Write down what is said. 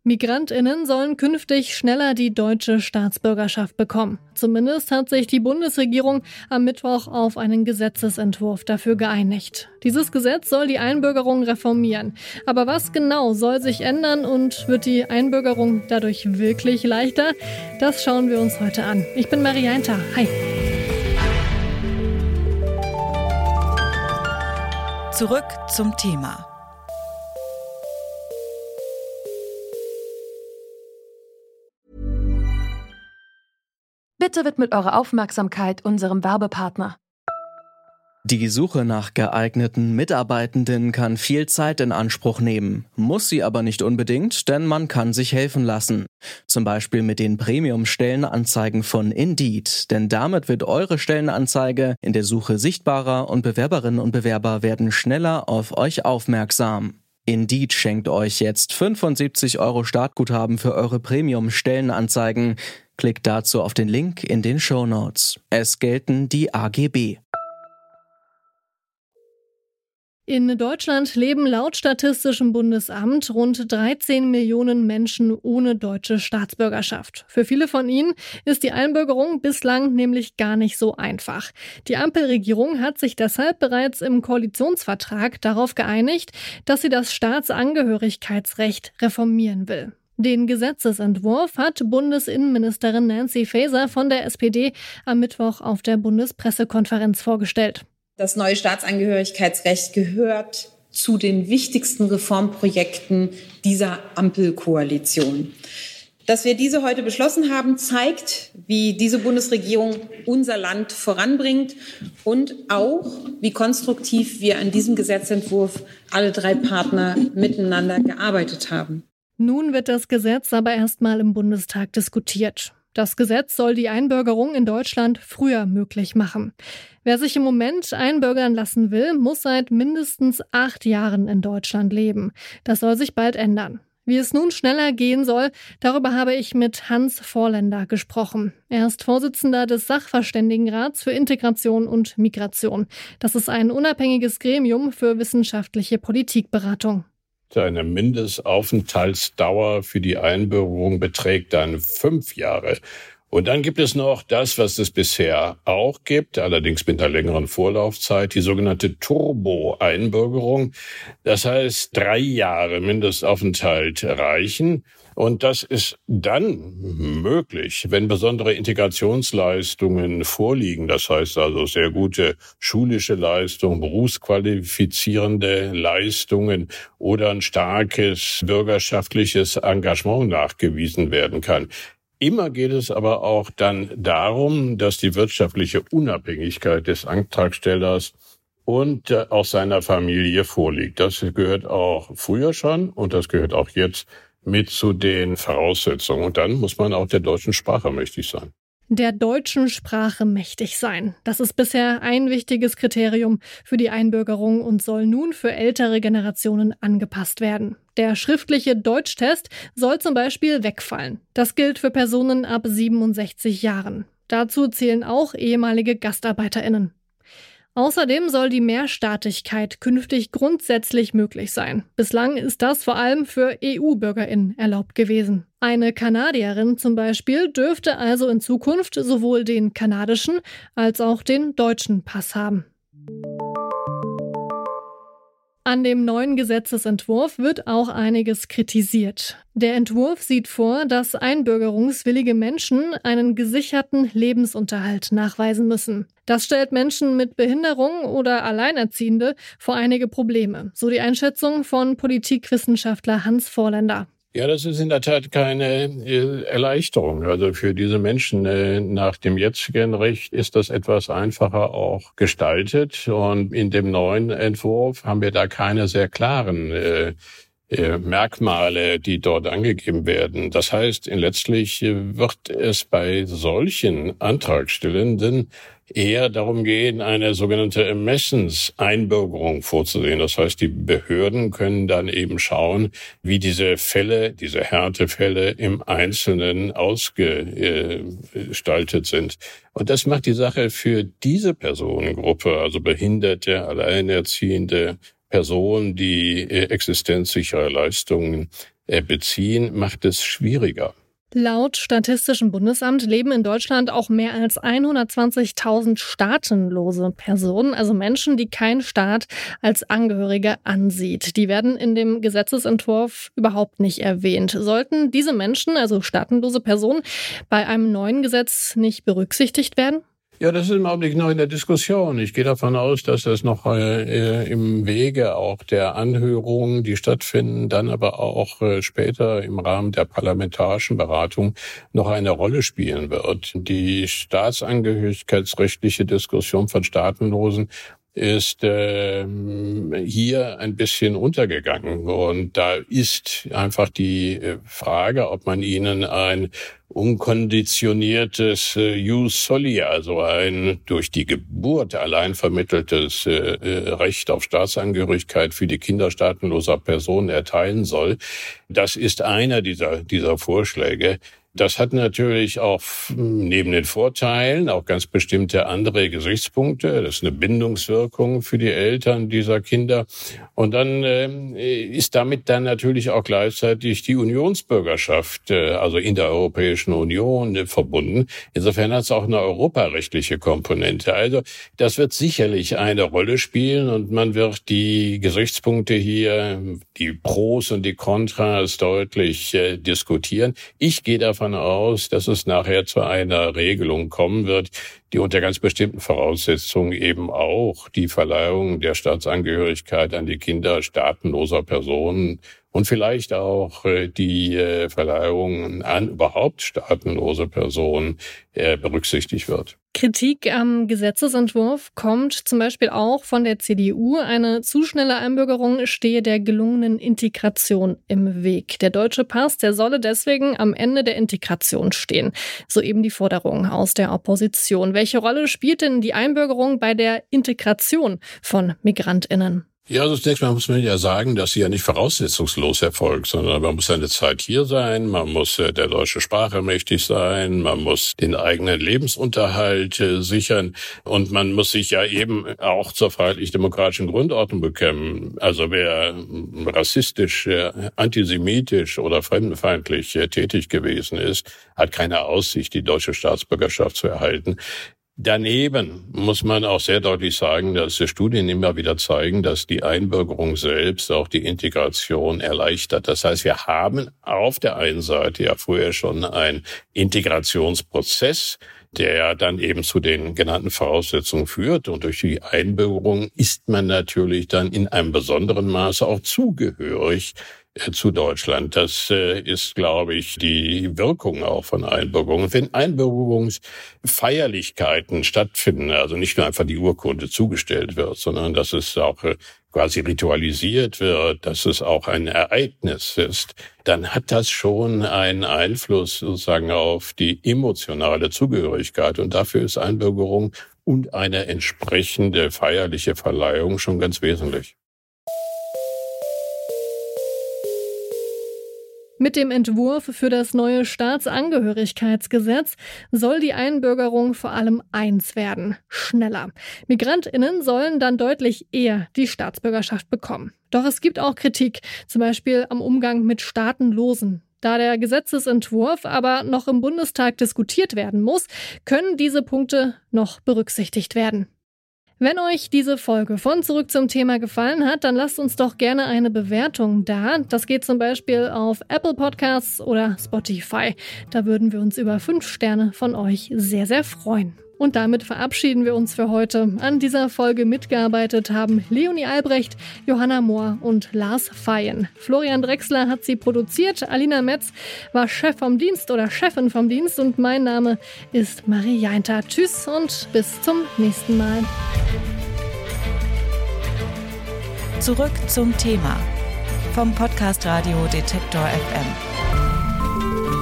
MigrantInnen sollen künftig schneller die deutsche Staatsbürgerschaft bekommen. Zumindest hat sich die Bundesregierung am Mittwoch auf einen Gesetzesentwurf dafür geeinigt. Dieses Gesetz soll die Einbürgerung reformieren. Aber was genau soll sich ändern und wird die Einbürgerung dadurch wirklich leichter? Das schauen wir uns heute an. Ich bin Marianta. Hi. Zurück zum Thema. Bitte widmet eure Aufmerksamkeit unserem Werbepartner. Die Suche nach geeigneten Mitarbeitenden kann viel Zeit in Anspruch nehmen, muss sie aber nicht unbedingt, denn man kann sich helfen lassen. Zum Beispiel mit den Premium-Stellenanzeigen von Indeed, denn damit wird eure Stellenanzeige in der Suche sichtbarer und Bewerberinnen und Bewerber werden schneller auf euch aufmerksam. Indeed schenkt euch jetzt 75 € Startguthaben für eure Premium-Stellenanzeigen. Klickt dazu auf den Link in den Shownotes. Es gelten die AGB. In Deutschland leben laut Statistischem Bundesamt rund 13 Millionen Menschen ohne deutsche Staatsbürgerschaft. Für viele von ihnen ist die Einbürgerung bislang nämlich gar nicht so einfach. Die Ampelregierung hat sich deshalb bereits im Koalitionsvertrag darauf geeinigt, dass sie das Staatsangehörigkeitsrecht reformieren will. Den Gesetzesentwurf hat Bundesinnenministerin Nancy Faeser von der SPD am Mittwoch auf der Bundespressekonferenz vorgestellt. Das neue Staatsangehörigkeitsrecht gehört zu den wichtigsten Reformprojekten dieser Ampelkoalition. Dass wir diese heute beschlossen haben, zeigt, wie diese Bundesregierung unser Land voranbringt und auch, wie konstruktiv wir an diesem Gesetzentwurf alle drei Partner miteinander gearbeitet haben. Nun wird das Gesetz aber erstmal im Bundestag diskutiert. Das Gesetz soll die Einbürgerung in Deutschland früher möglich machen. Wer sich im Moment einbürgern lassen will, muss seit mindestens 8 Jahren in Deutschland leben. Das soll sich bald ändern. Wie es nun schneller gehen soll, darüber habe ich mit Hans Vorländer gesprochen. Er ist Vorsitzender des Sachverständigenrats für Integration und Migration. Das ist ein unabhängiges Gremium für wissenschaftliche Politikberatung. Eine Mindestaufenthaltsdauer für die Einbürgerung beträgt dann 5 Jahre. Und dann gibt es noch das, was es bisher auch gibt, allerdings mit einer längeren Vorlaufzeit, die sogenannte Turbo-Einbürgerung. Das heißt, 3 Jahre Mindestaufenthalt reichen. Und das ist dann möglich, wenn besondere Integrationsleistungen vorliegen. Das heißt also sehr gute schulische Leistungen, berufsqualifizierende Leistungen oder ein starkes bürgerschaftliches Engagement nachgewiesen werden kann. Immer geht es aber auch dann darum, dass die wirtschaftliche Unabhängigkeit des Antragstellers und auch seiner Familie vorliegt. Das gehört auch früher schon und das gehört auch jetzt mit zu den Voraussetzungen. Und dann muss man auch der deutschen Sprache mächtig sein. Der deutschen Sprache mächtig sein. Das ist bisher ein wichtiges Kriterium für die Einbürgerung und soll nun für ältere Generationen angepasst werden. Der schriftliche Deutschtest soll zum Beispiel wegfallen. Das gilt für Personen ab 67 Jahren. Dazu zählen auch ehemalige GastarbeiterInnen. Außerdem soll die Mehrstaatlichkeit künftig grundsätzlich möglich sein. Bislang ist das vor allem für EU-BürgerInnen erlaubt gewesen. Eine Kanadierin zum Beispiel dürfte also in Zukunft sowohl den kanadischen als auch den deutschen Pass haben. An dem neuen Gesetzesentwurf wird auch einiges kritisiert. Der Entwurf sieht vor, dass einbürgerungswillige Menschen einen gesicherten Lebensunterhalt nachweisen müssen. Das stellt Menschen mit Behinderung oder Alleinerziehende vor einige Probleme, so die Einschätzung von Politikwissenschaftler Hans Vorländer. Ja, das ist in der Tat keine Erleichterung. Also für diese Menschen nach dem jetzigen Recht ist das etwas einfacher auch gestaltet. Und in dem neuen Entwurf haben wir da keine sehr klaren Merkmale, die dort angegeben werden. Das heißt, letztlich wird es bei solchen Antragstellenden eher darum gehen, eine sogenannte Ermessenseinbürgerung vorzusehen. Das heißt, die Behörden können dann eben schauen, wie diese Fälle, diese Härtefälle im Einzelnen ausgestaltet sind. Und das macht die Sache für diese Personengruppe, also Behinderte, Alleinerziehende, Personen, die existenzsichere Leistungen beziehen, macht es schwieriger. Laut Statistischem Bundesamt leben in Deutschland auch mehr als 120.000 staatenlose Personen, also Menschen, die kein Staat als Angehörige ansieht. Die werden in dem Gesetzesentwurf überhaupt nicht erwähnt. Sollten diese Menschen, also staatenlose Personen, bei einem neuen Gesetz nicht berücksichtigt werden? Ja, das ist im Augenblick noch in der Diskussion. Ich gehe davon aus, dass das noch im Wege auch der Anhörungen, die stattfinden, dann aber auch später im Rahmen der parlamentarischen Beratung noch eine Rolle spielen wird. Die staatsangehörigkeitsrechtliche Diskussion von Staatenlosen ist hier ein bisschen untergegangen. Und da ist einfach die Frage, ob man ihnen ein unkonditioniertes Jus soli, also ein durch die Geburt allein vermitteltes Recht auf Staatsangehörigkeit für die Kinder staatenloser Personen erteilen soll. Das ist einer dieser Vorschläge. Das hat natürlich auch neben den Vorteilen auch ganz bestimmte andere Gesichtspunkte. Das ist eine Bindungswirkung für die Eltern dieser Kinder. Und dann ist damit dann natürlich auch gleichzeitig die Unionsbürgerschaft, also in der Europäischen Union, verbunden. Insofern hat es auch eine europarechtliche Komponente. Also das wird sicherlich eine Rolle spielen und man wird die Gesichtspunkte hier, die Pros und die Kontras deutlich diskutieren. Ich gehe davon aus, dass es nachher zu einer Regelung kommen wird, die unter ganz bestimmten Voraussetzungen eben auch die Verleihung der Staatsangehörigkeit an die Kinder staatenloser Personen und vielleicht auch die Verleihung an überhaupt staatenlose Personen berücksichtigt wird. Kritik am Gesetzesentwurf kommt zum Beispiel auch von der CDU. Eine zu schnelle Einbürgerung stehe der gelungenen Integration im Weg. Der deutsche Pass, der solle deswegen am Ende der Integration stehen. So eben die Forderung aus der Opposition. Welche Rolle spielt denn die Einbürgerung bei der Integration von MigrantInnen? Ja, also zunächst mal muss man ja sagen, dass sie ja nicht voraussetzungslos erfolgt, sondern man muss eine Zeit hier sein, man muss der deutschen Sprache mächtig sein, man muss den eigenen Lebensunterhalt sichern und man muss sich ja eben auch zur freiheitlich-demokratischen Grundordnung bekennen. Also wer rassistisch, antisemitisch oder fremdenfeindlich tätig gewesen ist, hat keine Aussicht, die deutsche Staatsbürgerschaft zu erhalten. Daneben muss man auch sehr deutlich sagen, dass die Studien immer wieder zeigen, dass die Einbürgerung selbst auch die Integration erleichtert. Das heißt, wir haben auf der einen Seite ja vorher schon einen Integrationsprozess, der dann eben zu den genannten Voraussetzungen führt. Und durch die Einbürgerung ist man natürlich dann in einem besonderen Maße auch zugehörig zu Deutschland. Das ist, glaube ich, die Wirkung auch von Einbürgerung. Wenn Einbürgerungsfeierlichkeiten stattfinden, also nicht nur einfach die Urkunde zugestellt wird, sondern dass es auch quasi ritualisiert wird, dass es auch ein Ereignis ist, dann hat das schon einen Einfluss sozusagen auf die emotionale Zugehörigkeit. Und dafür ist Einbürgerung und eine entsprechende feierliche Verleihung schon ganz wesentlich. Mit dem Entwurf für das neue Staatsangehörigkeitsgesetz soll die Einbürgerung vor allem eins werden: schneller. MigrantInnen sollen dann deutlich eher die Staatsbürgerschaft bekommen. Doch es gibt auch Kritik, zum Beispiel am Umgang mit Staatenlosen. Da der Gesetzesentwurf aber noch im Bundestag diskutiert werden muss, können diese Punkte noch berücksichtigt werden. Wenn euch diese Folge von Zurück zum Thema gefallen hat, dann lasst uns doch gerne eine Bewertung da. Das geht zum Beispiel auf Apple Podcasts oder Spotify. Da würden wir uns über 5 Sterne von euch sehr, sehr freuen. Und damit verabschieden wir uns für heute. An dieser Folge mitgearbeitet haben Leonie Albrecht, Johanna Mohr und Lars Feyen. Florian Drechsler hat sie produziert. Alina Metz war Chef vom Dienst oder Chefin vom Dienst. Und mein Name ist Marie Jainter. Tschüss und bis zum nächsten Mal. Zurück zum Thema vom Podcast Radio Detektor FM.